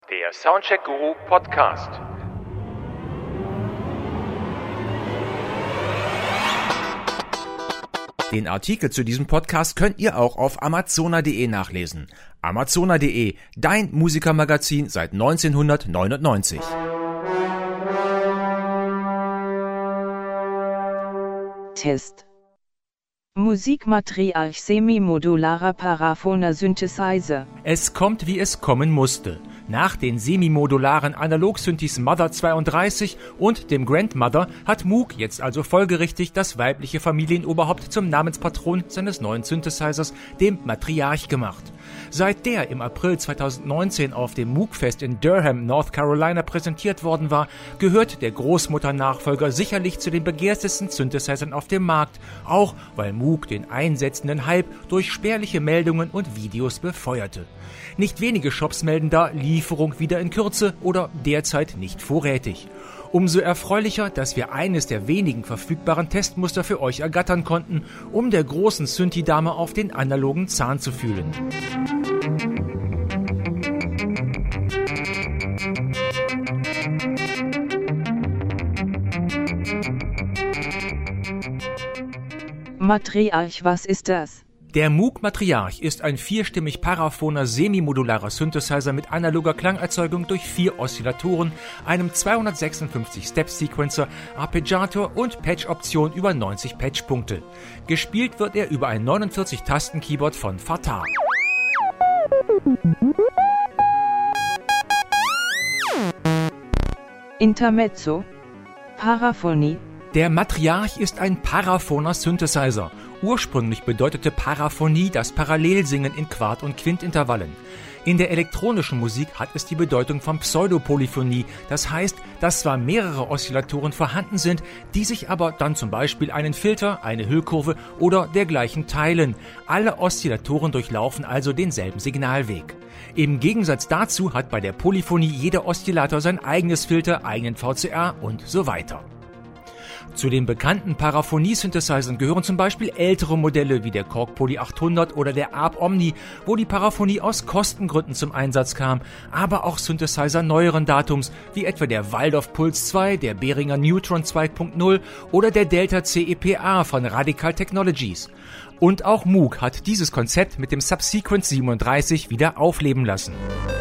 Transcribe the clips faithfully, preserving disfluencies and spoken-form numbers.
Der Soundcheck Guru Podcast. Den Artikel zu diesem Podcast könnt ihr auch auf amazona punkt de nachlesen. amazona punkt de, dein Musikermagazin seit neunzehnhundertneunundneunzig. Test. Musikmatriarch semimodularer Paraphoner Synthesizer. Es kommt, wie es kommen musste. Nach den semimodularen Analog-Synthes Mother zweiunddreißig und dem Grandmother hat Moog jetzt also folgerichtig das weibliche Familienoberhaupt zum Namenspatron seines neuen Synthesizers, dem Matriarch, gemacht. Seit der im April zweitausendneunzehn auf dem Moog-Fest in Durham, North Carolina präsentiert worden war, gehört der Großmutter-Nachfolger sicherlich zu den begehrtesten Synthesizern auf dem Markt, auch weil Moog den einsetzenden Hype durch spärliche Meldungen und Videos befeuerte. Nicht wenige Shops melden da Lieferung wieder in Kürze oder derzeit nicht vorrätig. Umso erfreulicher, dass wir eines der wenigen verfügbaren Testmuster für euch ergattern konnten, um der großen Synthi-Dame auf den analogen Zahn zu fühlen. Matriarch, was ist das? Der Moog Matriarch ist ein vierstimmig paraphoner semimodularer Synthesizer mit analoger Klangerzeugung durch vier Oszillatoren, einem zweihundertsechsundfünfzig Step Sequencer, Arpeggiator und Patch-Option über neunzig Patchpunkte. Gespielt wird er über ein neunundvierzig Tasten Keyboard von Fatar. Intermezzo. Paraphonie. Der Matriarch ist ein paraphoner Synthesizer. Ursprünglich bedeutete Paraphonie das Parallelsingen in Quart- und Quintintervallen. In der elektronischen Musik hat es die Bedeutung von Pseudopolyphonie, das heißt, dass zwar mehrere Oszillatoren vorhanden sind, die sich aber dann zum Beispiel einen Filter, eine Hüllkurve oder dergleichen teilen. Alle Oszillatoren durchlaufen also denselben Signalweg. Im Gegensatz dazu hat bei der Polyphonie jeder Oszillator sein eigenes Filter, eigenen V C R und so weiter. Zu den bekannten Paraphonie-Synthesizern gehören zum Beispiel ältere Modelle wie der Korg Poly achthundert oder der Arp Omni, wo die Paraphonie aus Kostengründen zum Einsatz kam, aber auch Synthesizer neueren Datums, wie etwa der Waldorf Pulse zwei, der Behringer Neutron zwei Punkt null oder der Delta C E P A von Radical Technologies. Und auch Moog hat dieses Konzept mit dem Subsequent siebenunddreißig wieder aufleben lassen.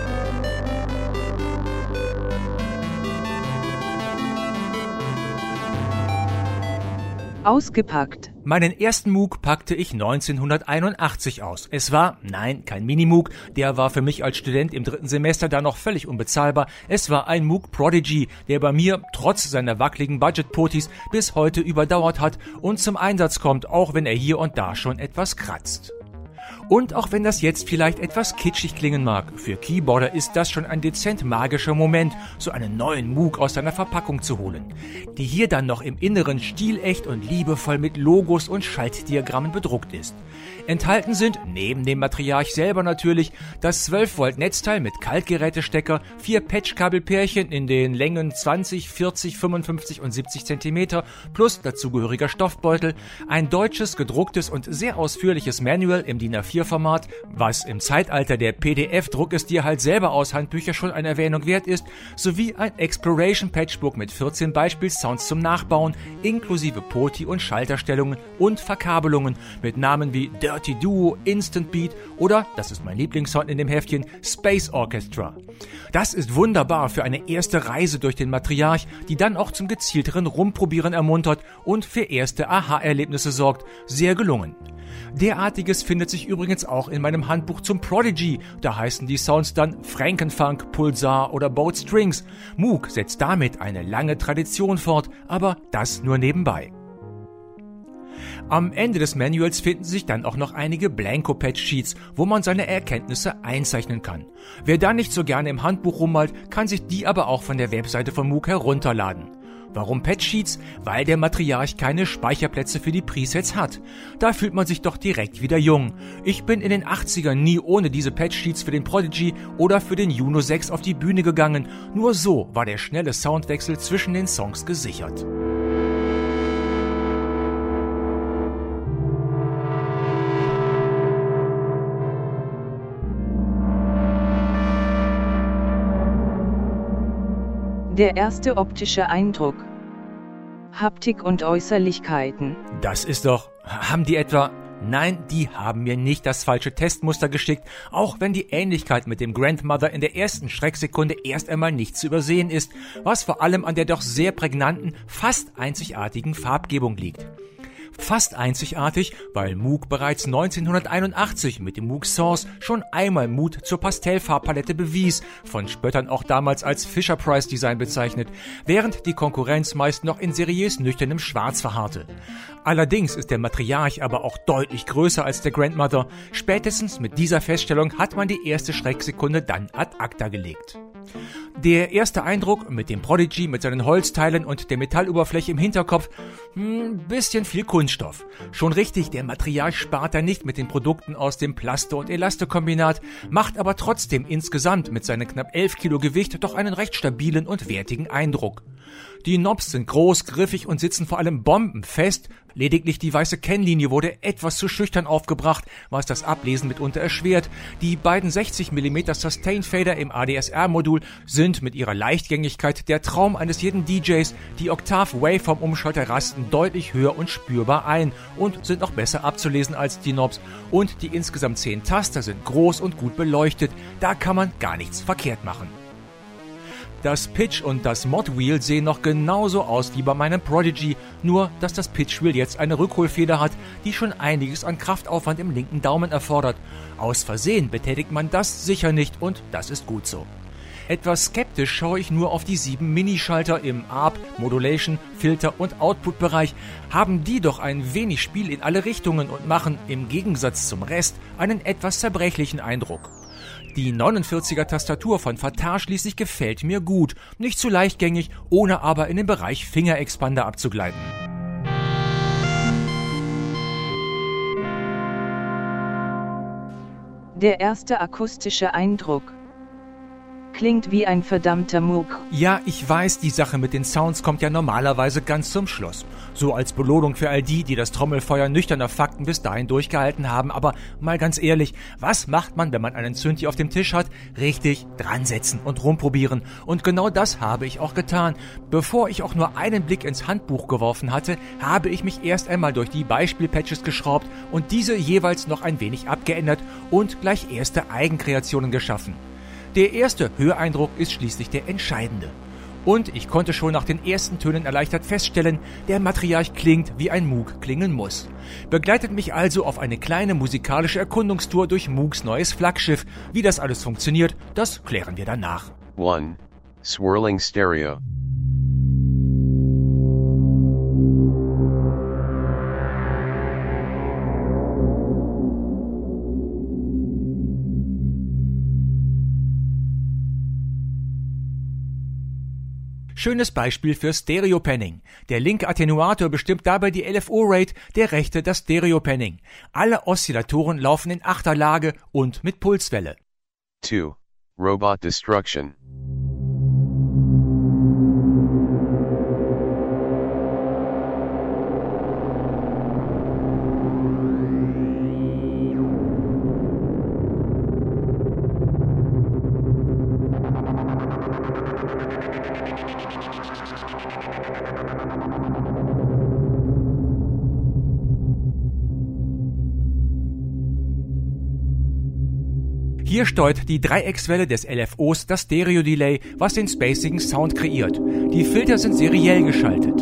Ausgepackt. Meinen ersten Moog packte ich neunzehnhunderteinundachtzig aus. Es war, nein, kein Mini-Moog, der war für mich als Student im dritten Semester da noch völlig unbezahlbar. Es war ein Moog Prodigy, der bei mir trotz seiner wackeligen Budget-Potis bis heute überdauert hat und zum Einsatz kommt, auch wenn er hier und da schon etwas kratzt. Und auch wenn das jetzt vielleicht etwas kitschig klingen mag, für Keyboarder ist das schon ein dezent magischer Moment, so einen neuen Moog aus seiner Verpackung zu holen, die hier dann noch im Inneren stilecht und liebevoll mit Logos und Schaltdiagrammen bedruckt ist. Enthalten sind, neben dem Matriarch selber natürlich, das zwölf Volt Netzteil mit Kaltgerätestecker, vier Patchkabelpärchen in den Längen zwanzig, vierzig, fünfundfünfzig und siebzig Zentimeter plus dazugehöriger Stoffbeutel, ein deutsches, gedrucktes und sehr ausführliches Manual im D I N A vier Format, was im Zeitalter der P D F-Druck es dir halt selber aus Handbücher schon eine Erwähnung wert ist, sowie ein Exploration Patchbook mit vierzehn Beispielsounds zum Nachbauen, inklusive Poti- und Schalterstellungen und Verkabelungen mit Namen wie Dirty Duo, Instant Beat oder, das ist mein Lieblingssound in dem Heftchen, Space Orchestra. Das ist wunderbar für eine erste Reise durch den Matriarch, die dann auch zum gezielteren Rumprobieren ermuntert und für erste Aha-Erlebnisse sorgt. Sehr gelungen. Derartiges findet sich übrigens auch in meinem Handbuch zum Prodigy. Da heißen die Sounds dann Frankenfunk, Pulsar oder Bowed Strings. Moog setzt damit eine lange Tradition fort, aber das nur nebenbei. Am Ende des Manuals finden sich dann auch noch einige Blanko-Patch-Sheets, wo man seine Erkenntnisse einzeichnen kann. Wer da nicht so gerne im Handbuch rummalt, kann sich die aber auch von der Webseite von Moog herunterladen. Warum Patch-Sheets? Weil der Matriarch keine Speicherplätze für die Presets hat. Da fühlt man sich doch direkt wieder jung. Ich bin in den achtzigern nie ohne diese Patch-Sheets für den Prodigy oder für den Juno sechs auf die Bühne gegangen. Nur so war der schnelle Soundwechsel zwischen den Songs gesichert. Der erste optische Eindruck. Haptik und Äußerlichkeiten. Das ist doch... Haben die etwa... Nein, die haben mir nicht das falsche Testmuster geschickt, auch wenn die Ähnlichkeit mit dem Grandmother in der ersten Schrecksekunde erst einmal nicht zu übersehen ist, was vor allem an der doch sehr prägnanten, fast einzigartigen Farbgebung liegt. Fast einzigartig, weil Moog bereits neunzehnhunderteinundachtzig mit dem Moog Source schon einmal Mut zur Pastellfarbpalette bewies, von Spöttern auch damals als Fisher-Price-Design bezeichnet, während die Konkurrenz meist noch in seriös nüchternem Schwarz verharrte. Allerdings ist der Matriarch aber auch deutlich größer als der Grandmother. Spätestens mit dieser Feststellung hat man die erste Schrecksekunde dann ad acta gelegt. Der erste Eindruck mit dem Prodigy mit seinen Holzteilen und der Metalloberfläche im Hinterkopf, ein bisschen viel Kunststoff. Schon richtig, der Matriarch spart da nicht mit den Produkten aus dem Plasto- und Elasto-Kombinat, macht aber trotzdem insgesamt mit seinen knapp elf Kilo Gewicht doch einen recht stabilen und wertigen Eindruck. Die Knobs sind groß, griffig und sitzen vor allem bombenfest. Lediglich die weiße Kennlinie wurde etwas zu schüchtern aufgebracht, was das Ablesen mitunter erschwert. Die beiden sechzig Millimeter Sustain Fader im A D S R-Modul sind mit ihrer Leichtgängigkeit der Traum eines jeden D Js. Die Octave-Waveform-Umschalter rasten deutlich höher und spürbar ein und sind noch besser abzulesen als die Knobs. Und die insgesamt zehn Taster sind groß und gut beleuchtet. Da kann man gar nichts verkehrt machen. Das Pitch und das Mod-Wheel sehen noch genauso aus wie bei meinem Prodigy, nur dass das Pitch-Wheel jetzt eine Rückholfeder hat, die schon einiges an Kraftaufwand im linken Daumen erfordert. Aus Versehen betätigt man das sicher nicht und das ist gut so. Etwas skeptisch schaue ich nur auf die sieben Minischalter im A R P, Modulation, Filter und Output-Bereich. Haben die doch ein wenig Spiel in alle Richtungen und machen im Gegensatz zum Rest einen etwas zerbrechlichen Eindruck. Die neunundvierziger Tastatur von Fatar schließlich gefällt mir gut, nicht zu leichtgängig, ohne aber in den Bereich Fingerexpander abzugleiten. Der erste akustische Eindruck. Klingt wie ein verdammter Moog. Ja, ich weiß, die Sache mit den Sounds kommt ja normalerweise ganz zum Schluss. So als Belohnung für all die, die das Trommelfeuer nüchterner Fakten bis dahin durchgehalten haben. Aber mal ganz ehrlich, was macht man, wenn man einen Synthi auf dem Tisch hat? Richtig dran setzen und rumprobieren. Und genau das habe ich auch getan. Bevor ich auch nur einen Blick ins Handbuch geworfen hatte, habe ich mich erst einmal durch die Beispielpatches geschraubt und diese jeweils noch ein wenig abgeändert und gleich erste Eigenkreationen geschaffen. Der erste Höreindruck ist schließlich der entscheidende. Und ich konnte schon nach den ersten Tönen erleichtert feststellen, der Matriarch klingt, wie ein Moog klingen muss. Begleitet mich also auf eine kleine musikalische Erkundungstour durch Moogs neues Flaggschiff. Wie das alles funktioniert, das klären wir danach. one. Swirling Stereo. Schönes Beispiel für Stereo-Panning. Der linke Attenuator bestimmt dabei die L F O-Rate, der rechte das Stereo-Panning. Alle Oszillatoren laufen in Achterlage und mit Pulswelle. two. Robot Destruction. Hier steuert die Dreieckswelle des L F Os das Stereo-Delay, was den spacigen Sound kreiert. Die Filter sind seriell geschaltet.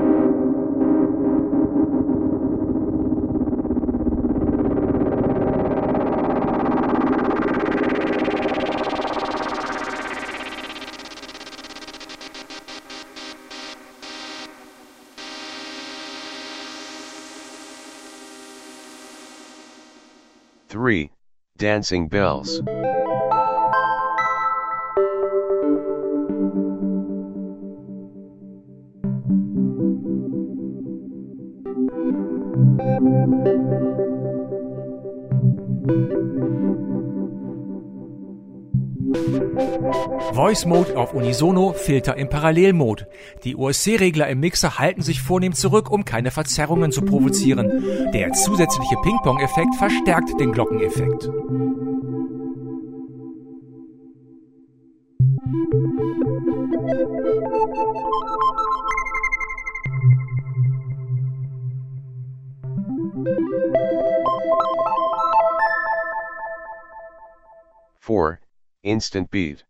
three. Dancing Bells. Voice Mode auf Unisono, Filter im Parallelmode. Die O S C-Regler im Mixer halten sich vornehm zurück, um keine Verzerrungen zu provozieren. Der zusätzliche Ping-Pong-Effekt verstärkt den Glockeneffekt. four. Instant beat.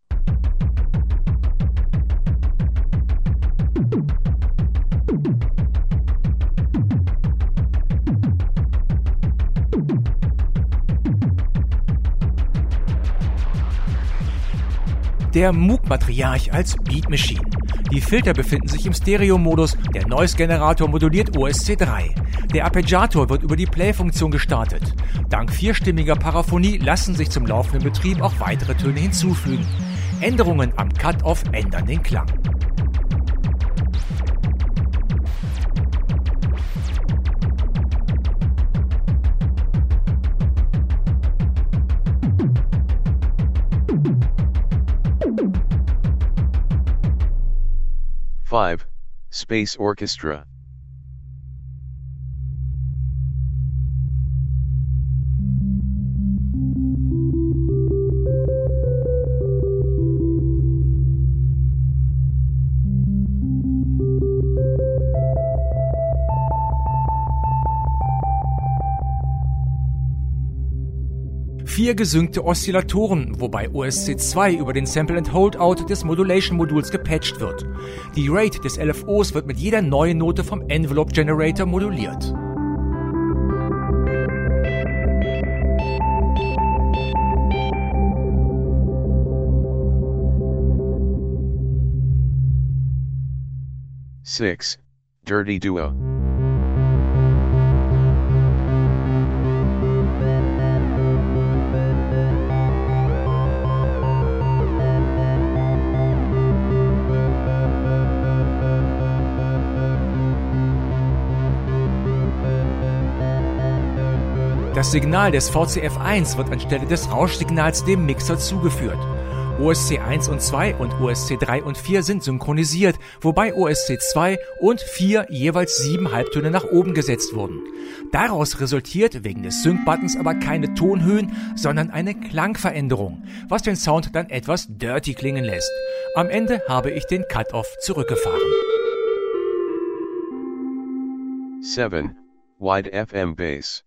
Der Moog-Matriarch als Beat Machine. Die Filter befinden sich im Stereo-Modus, der Noise-Generator moduliert O S C drei. Der Arpeggiator wird über die Play-Funktion gestartet. Dank vierstimmiger Paraphonie lassen sich zum laufenden Betrieb auch weitere Töne hinzufügen. Änderungen am Cut-Off ändern den Klang. five. Space Orchestra. Vier gesynkte Oszillatoren, wobei O S C zwei über den Sample-and-Hold-Out des Modulation-Moduls gepatcht wird. Die Rate des L F Os wird mit jeder neuen Note vom Envelope-Generator moduliert. six. Dirty Duo. Das Signal des V C F eins wird anstelle des Rauschsignals dem Mixer zugeführt. O S C eins und zwei und O S C drei und vier sind synchronisiert, wobei O S C zwei und vier jeweils sieben Halbtöne nach oben gesetzt wurden. Daraus resultiert wegen des Sync-Buttons aber keine Tonhöhen, sondern eine Klangveränderung, was den Sound dann etwas dirty klingen lässt. Am Ende habe ich den Cut-Off zurückgefahren. seven. Wide F M Bass.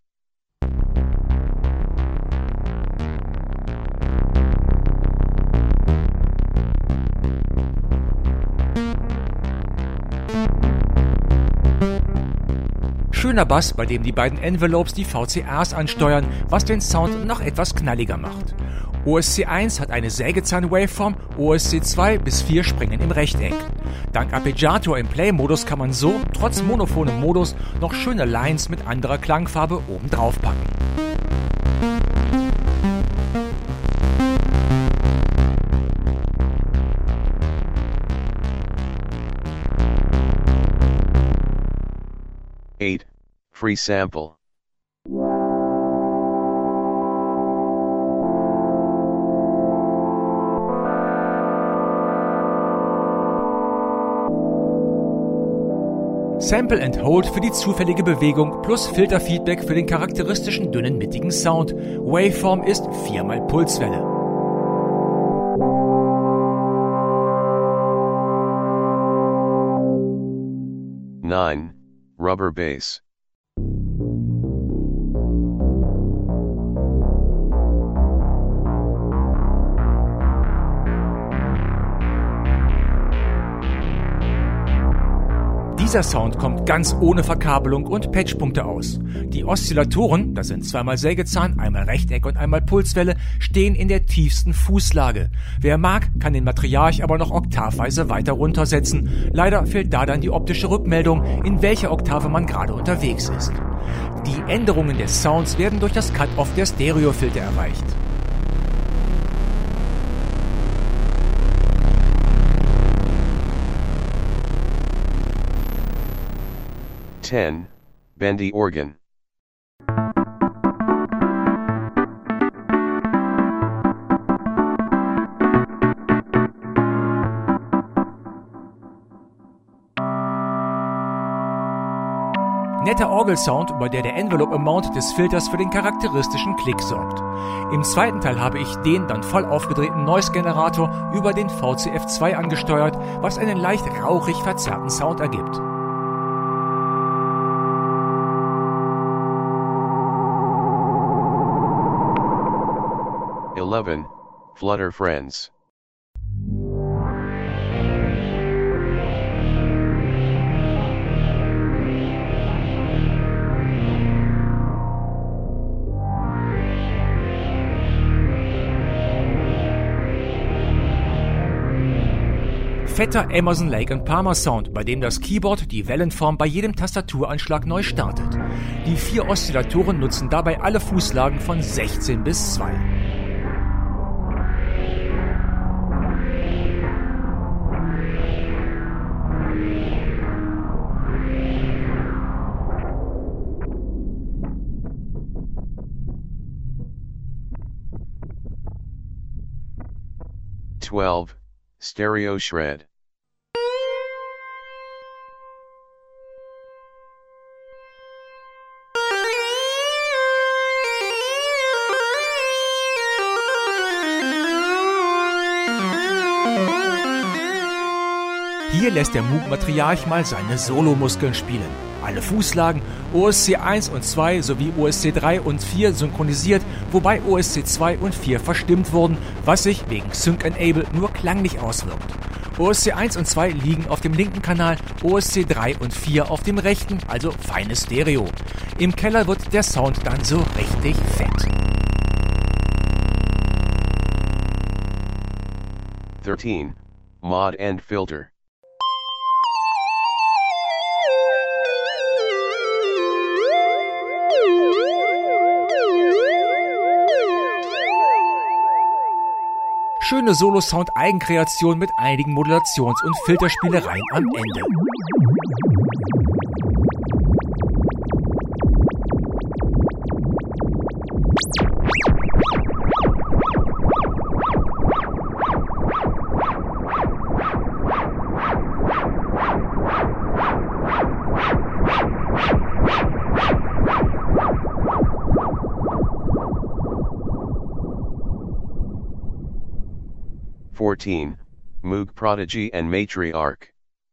Schöner Bass, bei dem die beiden Envelopes die V C Rs ansteuern, was den Sound noch etwas knalliger macht. O S C eins hat eine Sägezahn-Waveform, O S C zwei bis vier springen im Rechteck. Dank Arpeggiator im Play-Modus kann man so, trotz monophonem Modus, noch schöne Lines mit anderer Klangfarbe oben drauf packen. eight. Free Sample. Sample and Hold für die zufällige Bewegung plus Filterfeedback für den charakteristischen dünnen mittigen Sound. Waveform ist viermal Pulswelle. nine. Rubber Bass. Dieser Sound kommt ganz ohne Verkabelung und Patchpunkte aus. Die Oszillatoren, das sind zweimal Sägezahn, einmal Rechteck und einmal Pulswelle, stehen in der tiefsten Fußlage. Wer mag, kann den Matriarch aber noch oktavweise weiter runtersetzen. Leider fehlt da dann die optische Rückmeldung, in welcher Oktave man gerade unterwegs ist. Die Änderungen des Sounds werden durch das Cut-Off der Stereofilter erreicht. ten. Bendy Organ. Netter Orgelsound, bei der der Envelope Amount des Filters für den charakteristischen Klick sorgt. Im zweiten Teil habe ich den dann voll aufgedrehten Noise-Generator über den V C F zwei angesteuert, was einen leicht rauchig verzerrten Sound ergibt. eleven. Flutter Friends. Fetter Emerson, Lake and Palmer Sound, bei dem das Keyboard die Wellenform bei jedem Tastaturanschlag neu startet. Die vier Oszillatoren nutzen dabei alle Fußlagen von sechzehn bis zwei. twelve. Stereo Shred. Hier lässt der Moog-Matriarch mal seine Solomuskeln spielen. Alle Fußlagen, O S C eins und zwei sowie O S C drei und vier synchronisiert, wobei O S C zwei und vier verstimmt wurden, was sich wegen Sync Enable nur klanglich auswirkt. O S C eins und zwei liegen auf dem linken Kanal, O S C drei und vier auf dem rechten, also feines Stereo. Im Keller wird der Sound dann so richtig fett. thirteen. Mod and Filter. Schöne Solo-Sound-Eigenkreation mit einigen Modulations- und Filterspielereien am Ende. fourteen. Moog Prodigy and Matriarch.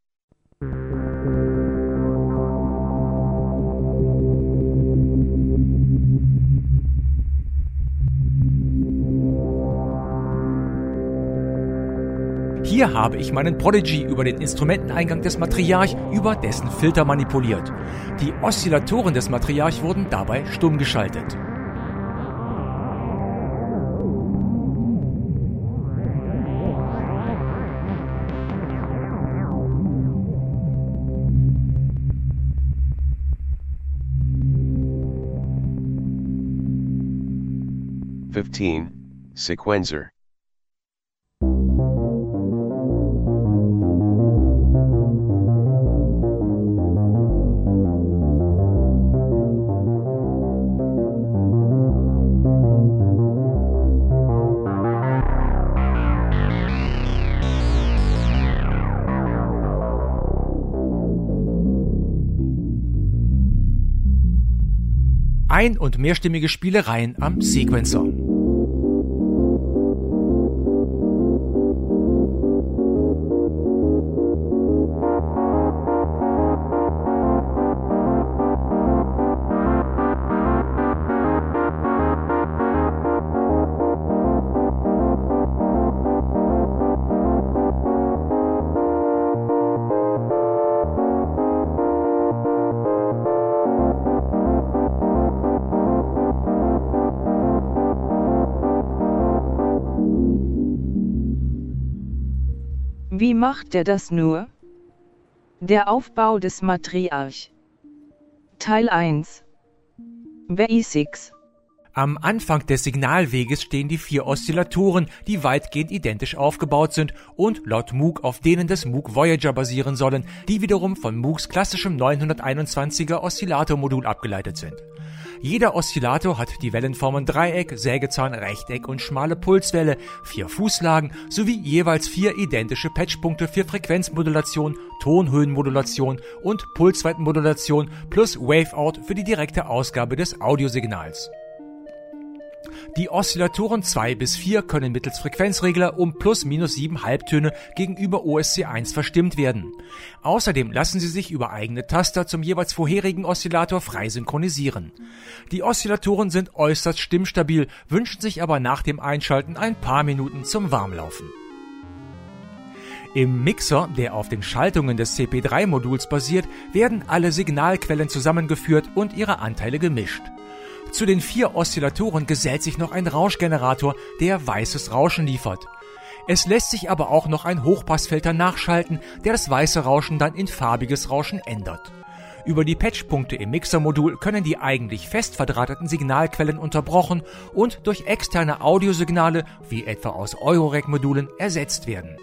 Hier habe ich meinen Prodigy über den Instrumenteneingang des Matriarch über dessen Filter manipuliert. Die Oszillatoren des Matriarch wurden dabei stumm geschaltet. fifteen. Sequencer. Ein- und mehrstimmige Spielereien am Sequencer. Wie macht er das nur? Der Aufbau des Matriarch. Teil eins. Basics. Am Anfang des Signalweges stehen die vier Oszillatoren, die weitgehend identisch aufgebaut sind und laut Moog auf denen des Moog Voyager basieren sollen, die wiederum von Moogs klassischem neunhunderteinundzwanziger Oszillatormodul abgeleitet sind. Jeder Oszillator hat die Wellenformen Dreieck, Sägezahn, Rechteck und schmale Pulswelle, vier Fußlagen sowie jeweils vier identische Patchpunkte für Frequenzmodulation, Tonhöhenmodulation und Pulsweitenmodulation plus Waveout für die direkte Ausgabe des Audiosignals. Die Oszillatoren zwei bis vier können mittels Frequenzregler um plus minus sieben Halbtöne gegenüber O S C eins verstimmt werden. Außerdem lassen sie sich über eigene Taster zum jeweils vorherigen Oszillator frei synchronisieren. Die Oszillatoren sind äußerst stimmstabil, wünschen sich aber nach dem Einschalten ein paar Minuten zum Warmlaufen. Im Mixer, der auf den Schaltungen des C P drei Moduls basiert, werden alle Signalquellen zusammengeführt und ihre Anteile gemischt. Zu den vier Oszillatoren gesellt sich noch ein Rauschgenerator, der weißes Rauschen liefert. Es lässt sich aber auch noch ein Hochpassfilter nachschalten, der das weiße Rauschen dann in farbiges Rauschen ändert. Über die Patchpunkte im Mixermodul können die eigentlich fest verdrahteten Signalquellen unterbrochen und durch externe Audiosignale, wie etwa aus Eurorec-Modulen, ersetzt werden.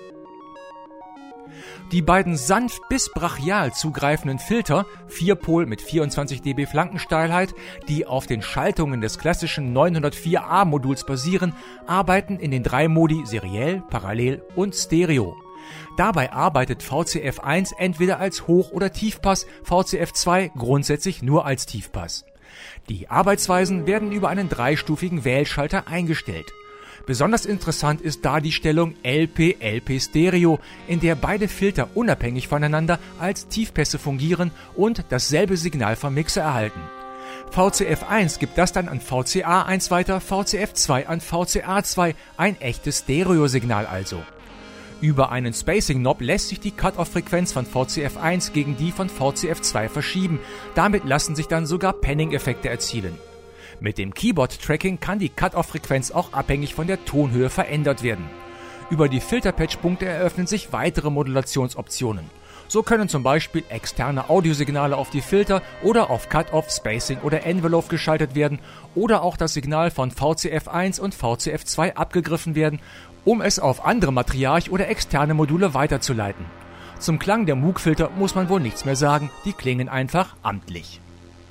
Die beiden sanft bis brachial zugreifenden Filter, vier Pol mit vierundzwanzig Dezibel Flankensteilheit, die auf den Schaltungen des klassischen neunhundertvier A Moduls basieren, arbeiten in den drei Modi seriell, parallel und stereo. Dabei arbeitet V C F eins entweder als Hoch- oder Tiefpass, V C F zwei grundsätzlich nur als Tiefpass. Die Arbeitsweisen werden über einen dreistufigen Wählschalter eingestellt. Besonders interessant ist da die Stellung L P L P Stereo, in der beide Filter unabhängig voneinander als Tiefpässe fungieren und dasselbe Signal vom Mixer erhalten. V C F eins gibt das dann an V C A eins weiter, V C F zwei an V C A zwei, ein echtes Stereosignal also. Über einen Spacing-Knob lässt sich die Cut-Off-Frequenz von V C F eins gegen die von V C F zwei verschieben, damit lassen sich dann sogar Panning-Effekte erzielen. Mit dem Keyboard-Tracking kann die Cut-Off-Frequenz auch abhängig von der Tonhöhe verändert werden. Über die Filter-Patch-Punkte eröffnen sich weitere Modulationsoptionen. So können zum Beispiel externe Audiosignale auf die Filter oder auf Cut-Off, Spacing oder Envelope geschaltet werden oder auch das Signal von V C F eins und V C F zwei abgegriffen werden, um es auf andere Matriarch- oder externe Module weiterzuleiten. Zum Klang der Moog-Filter muss man wohl nichts mehr sagen, die klingen einfach amtlich.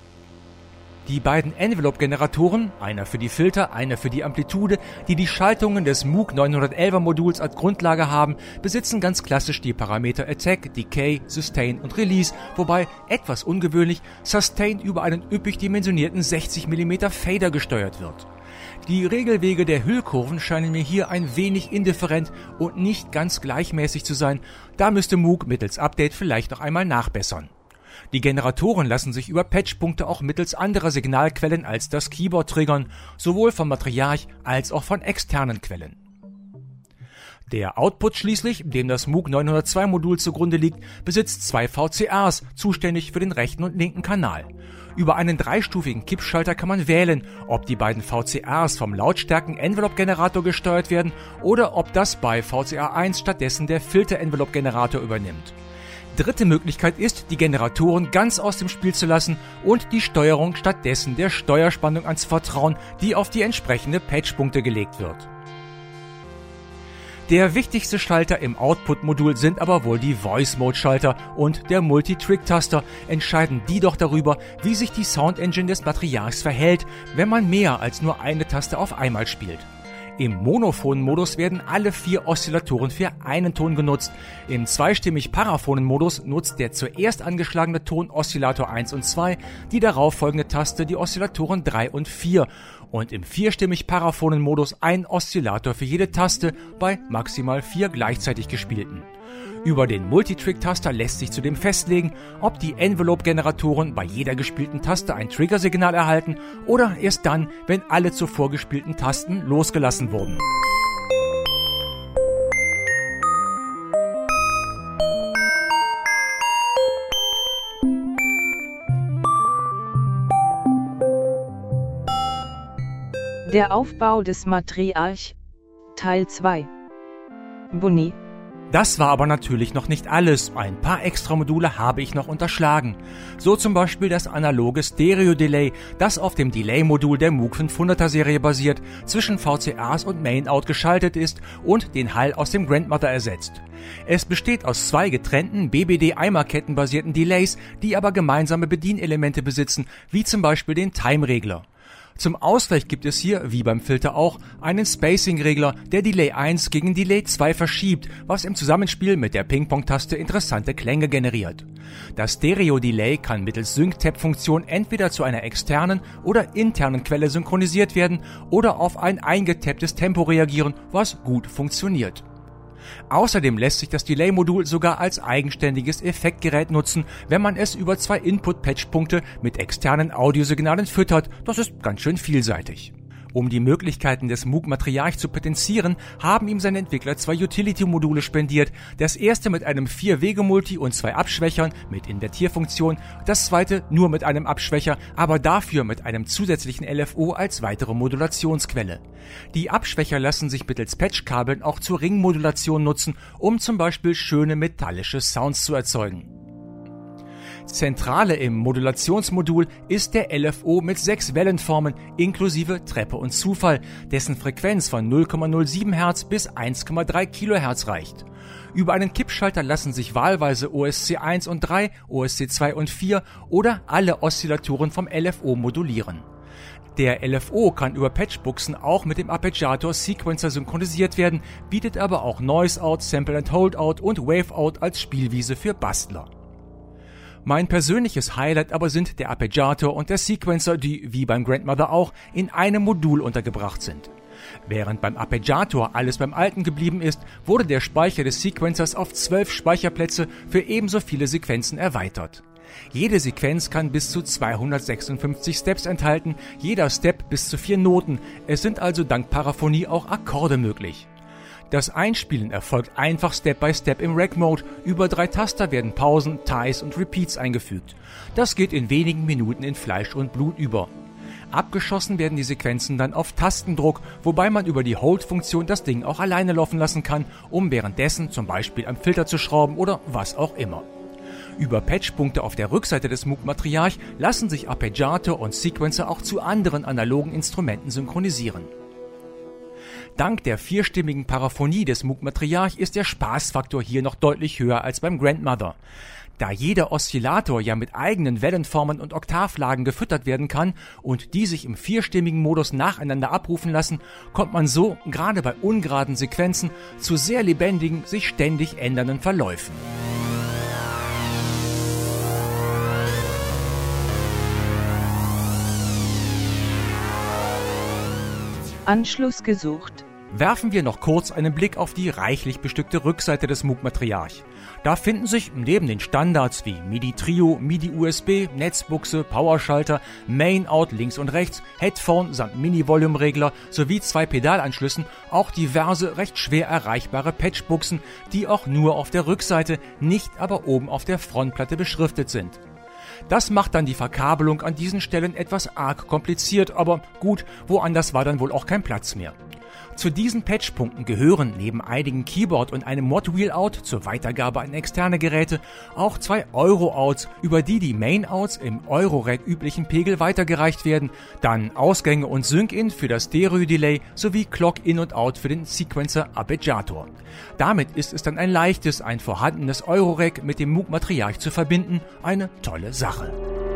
Die beiden Envelope-Generatoren, einer für die Filter, einer für die Amplitude, die die Schaltungen des Moog neunhundertelfer Moduls als Grundlage haben, besitzen ganz klassisch die Parameter Attack, Decay, Sustain und Release, wobei, etwas ungewöhnlich, Sustain über einen üppig dimensionierten sechzig Millimeter Fader gesteuert wird. Die Regelwege der Hüllkurven scheinen mir hier ein wenig indifferent und nicht ganz gleichmäßig zu sein, da müsste Moog mittels Update vielleicht noch einmal nachbessern. Die Generatoren lassen sich über Patchpunkte auch mittels anderer Signalquellen als das Keyboard triggern, sowohl vom Matriarch als auch von externen Quellen. Der Output schließlich, dem das Moog neunhundertzwei Modul zugrunde liegt, besitzt zwei V C As, zuständig für den rechten und linken Kanal. Über einen dreistufigen Kippschalter kann man wählen, ob die beiden V C As vom Lautstärken-Envelope-Generator gesteuert werden oder ob das bei V C A eins stattdessen der Filter-Envelope-Generator übernimmt. Dritte Möglichkeit ist, die Generatoren ganz aus dem Spiel zu lassen und die Steuerung stattdessen der Steuerspannung anzuvertrauen, die auf die entsprechende Patchpunkte gelegt wird. Der wichtigste Schalter im Output-Modul sind aber wohl die Voice-Mode-Schalter und der Multi-Trick-Taster, entscheiden die doch darüber, wie sich die Sound-Engine des Matriarchs verhält, wenn man mehr als nur eine Taste auf einmal spielt. Im monophonen Modus werden alle vier Oszillatoren für einen Ton genutzt. Im zweistimmig paraphonen Modus nutzt der zuerst angeschlagene Ton Oszillator eins und zwei, die darauffolgende Taste die Oszillatoren drei und vier und im vierstimmig paraphonen Modus ein Oszillator für jede Taste bei maximal vier gleichzeitig gespielten. Über den Multitrick-Taster lässt sich zudem festlegen, ob die Envelope-Generatoren bei jeder gespielten Taste ein Triggersignal erhalten oder erst dann, wenn alle zuvor gespielten Tasten losgelassen wurden. Der Aufbau des Matriarch, Teil zwei. Bunny, Das war aber natürlich noch nicht alles. Ein paar extra Module habe ich noch unterschlagen. So zum Beispiel das analoge Stereo-Delay, das auf dem Delay-Modul der Moog fünfhunderter Serie basiert, zwischen V C As und Main-Out geschaltet ist und den Hall aus dem Grandmother ersetzt. Es besteht aus zwei getrennten B B D-Eimerketten-basierten Delays, die aber gemeinsame Bedienelemente besitzen, wie zum Beispiel den Time-Regler. Zum Ausgleich gibt es hier, wie beim Filter auch, einen Spacing-Regler, der Delay eins gegen Delay zwei verschiebt, was im Zusammenspiel mit der Ping-Pong-Taste interessante Klänge generiert. Das Stereo-Delay kann mittels Sync-Tab-Funktion entweder zu einer externen oder internen Quelle synchronisiert werden oder auf ein eingetapptes Tempo reagieren, was gut funktioniert. Außerdem lässt sich das Delay-Modul sogar als eigenständiges Effektgerät nutzen, wenn man es über zwei Input-Patch-Punkte mit externen Audiosignalen füttert. Das ist ganz schön vielseitig. Um die Möglichkeiten des Moog Matriarch zu potenzieren, haben ihm seine Entwickler zwei Utility-Module spendiert. Das erste mit einem vier Wege Multi und zwei Abschwächern mit Invertierfunktion, das zweite nur mit einem Abschwächer, aber dafür mit einem zusätzlichen L F O als weitere Modulationsquelle. Die Abschwächer lassen sich mittels Patchkabeln auch zur Ringmodulation nutzen, um zum Beispiel schöne metallische Sounds zu erzeugen. Zentrale im Modulationsmodul ist der L F O mit sechs Wellenformen inklusive Treppe und Zufall, dessen Frequenz von null Komma null sieben Hertz bis eins Komma drei Kilohertz reicht. Über einen Kippschalter lassen sich wahlweise O S C eins und drei, O S C zwei und vier oder alle Oszillatoren vom L F O modulieren. Der L F O kann über Patchbuchsen auch mit dem Arpeggiator Sequencer synchronisiert werden, bietet aber auch Noise Out, Sample and Hold Out und Wave Out als Spielwiese für Bastler. Mein persönliches Highlight aber sind der Arpeggiator und der Sequencer, die, wie beim Grandmother auch, in einem Modul untergebracht sind. Während beim Arpeggiator alles beim Alten geblieben ist, wurde der Speicher des Sequencers auf zwölf Speicherplätze für ebenso viele Sequenzen erweitert. Jede Sequenz kann bis zu zweihundertsechsundfünfzig Steps enthalten, jeder Step bis zu vier Noten. Es sind also dank Paraphonie auch Akkorde möglich. Das Einspielen erfolgt einfach Step by Step im Rack-Mode. Über drei Taster werden Pausen, Ties und Repeats eingefügt. Das geht in wenigen Minuten in Fleisch und Blut über. Abgeschossen werden die Sequenzen dann auf Tastendruck, wobei man über die Hold-Funktion das Ding auch alleine laufen lassen kann, um währenddessen zum Beispiel am Filter zu schrauben oder was auch immer. Über Patchpunkte auf der Rückseite des Moog Matriarch lassen sich Arpeggiator und Sequencer auch zu anderen analogen Instrumenten synchronisieren. Dank der vierstimmigen Paraphonie des Moog Matriarch ist der Spaßfaktor hier noch deutlich höher als beim Grandmother. Da jeder Oszillator ja mit eigenen Wellenformen und Oktavlagen gefüttert werden kann und die sich im vierstimmigen Modus nacheinander abrufen lassen, kommt man so, gerade bei ungeraden Sequenzen, zu sehr lebendigen, sich ständig ändernden Verläufen. Anschluss gesucht. Werfen wir noch kurz einen Blick auf die reichlich bestückte Rückseite des Moog Matriarch. Da finden sich neben den Standards wie MIDI Trio, MIDI U S B, Netzbuchse, Powerschalter, Main-Out links und rechts, Headphone samt Mini-Volume-Regler sowie zwei Pedalanschlüssen auch diverse recht schwer erreichbare Patchbuchsen, die auch nur auf der Rückseite, nicht aber oben auf der Frontplatte beschriftet sind. Das macht dann die Verkabelung an diesen Stellen etwas arg kompliziert, aber gut, woanders war dann wohl auch kein Platz mehr. Zu diesen Patchpunkten gehören neben einigen Keyboard und einem Mod-Wheel-Out zur Weitergabe an externe Geräte auch zwei Euro-Outs, über die die Main-Outs im Euro-Rack üblichen Pegel weitergereicht werden, dann Ausgänge und Sync-In für das Stereo-Delay sowie Clock-In und Out für den Sequencer Arpeggiator. Damit ist es dann ein leichtes, ein vorhandenes Euro-Rack mit dem Moog Matriarch zu verbinden, eine tolle Sache.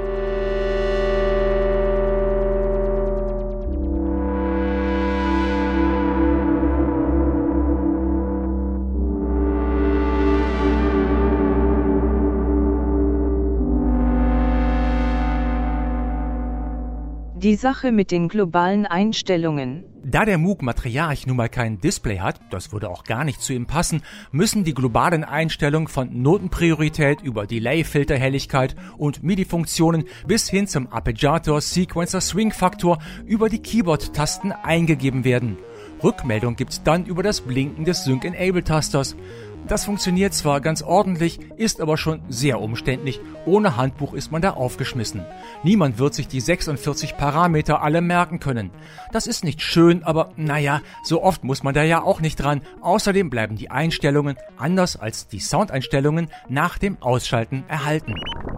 Die Sache mit den globalen Einstellungen. Da der Moog Matriarch nun mal kein Display hat, das würde auch gar nicht zu ihm passen, müssen die globalen Einstellungen von Notenpriorität über Delay-Filterhelligkeit und MIDI-Funktionen bis hin zum Arpeggiator Sequencer Swing Faktor über die Keyboard-Tasten eingegeben werden. Rückmeldung gibt's dann über das Blinken des Sync-Enable-Tasters. Das funktioniert zwar ganz ordentlich, ist aber schon sehr umständlich. Ohne Handbuch ist man da aufgeschmissen. Niemand wird sich die sechsundvierzig Parameter alle merken können. Das ist nicht schön, aber naja, so oft muss man da ja auch nicht dran. Außerdem bleiben die Einstellungen, anders als die Soundeinstellungen, nach dem Ausschalten erhalten.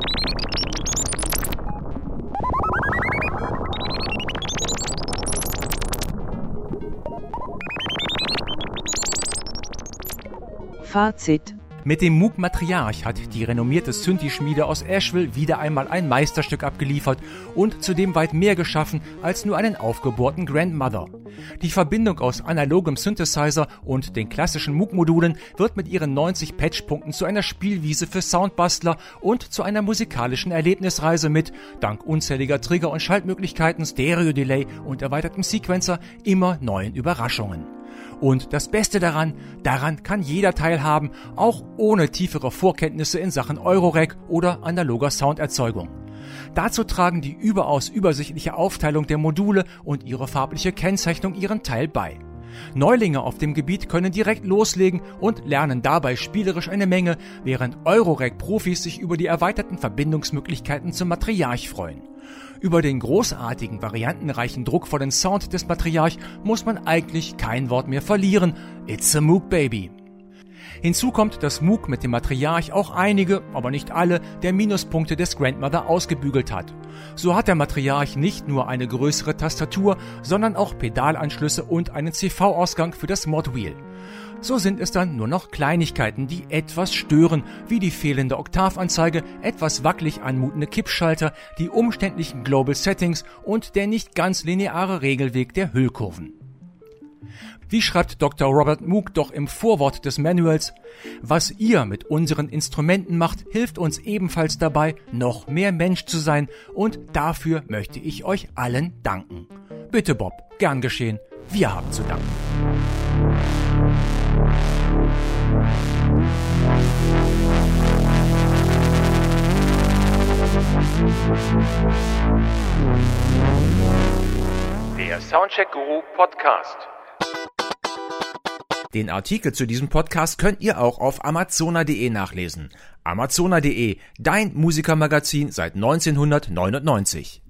Fazit. Mit dem Moog Matriarch hat die renommierte Synthi-Schmiede aus Asheville wieder einmal ein Meisterstück abgeliefert und zudem weit mehr geschaffen als nur einen aufgebohrten Grandmother. Die Verbindung aus analogem Synthesizer und den klassischen Moog-Modulen wird mit ihren neunzig Patchpunkten zu einer Spielwiese für Soundbastler und zu einer musikalischen Erlebnisreise mit, dank unzähliger Trigger- und Schaltmöglichkeiten, Stereo-Delay und erweitertem Sequencer, immer neuen Überraschungen. Und das Beste daran, daran kann jeder teilhaben, auch ohne tiefere Vorkenntnisse in Sachen Eurorack oder analoger Sounderzeugung. Dazu tragen die überaus übersichtliche Aufteilung der Module und ihre farbliche Kennzeichnung ihren Teil bei. Neulinge auf dem Gebiet können direkt loslegen und lernen dabei spielerisch eine Menge, während Eurorack-Profis sich über die erweiterten Verbindungsmöglichkeiten zum Matriarch freuen. Über den großartigen, variantenreichen, druckvollen Sound des Matriarch muss man eigentlich kein Wort mehr verlieren. It's a Moog Baby. Hinzu kommt, dass Moog mit dem Matriarch auch einige, aber nicht alle, der Minuspunkte des Grandmother ausgebügelt hat. So hat der Matriarch nicht nur eine größere Tastatur, sondern auch Pedalanschlüsse und einen C V-Ausgang für das Mod-Wheel. So sind es dann nur noch Kleinigkeiten, die etwas stören, wie die fehlende Oktavanzeige, etwas wackelig anmutende Kippschalter, die umständlichen Global Settings und der nicht ganz lineare Regelweg der Hüllkurven. Wie schreibt Doktor Robert Moog doch im Vorwort des Manuals: Was ihr mit unseren Instrumenten macht, hilft uns ebenfalls dabei, noch mehr Mensch zu sein, und dafür möchte ich euch allen danken. Bitte Bob, gern geschehen, wir haben zu danken. Der Soundcheck Guru Podcast. Den Artikel zu diesem Podcast könnt ihr auch auf amazona punkt de nachlesen. amazona punkt de, dein Musikermagazin seit neunzehnhundertneunundneunzig.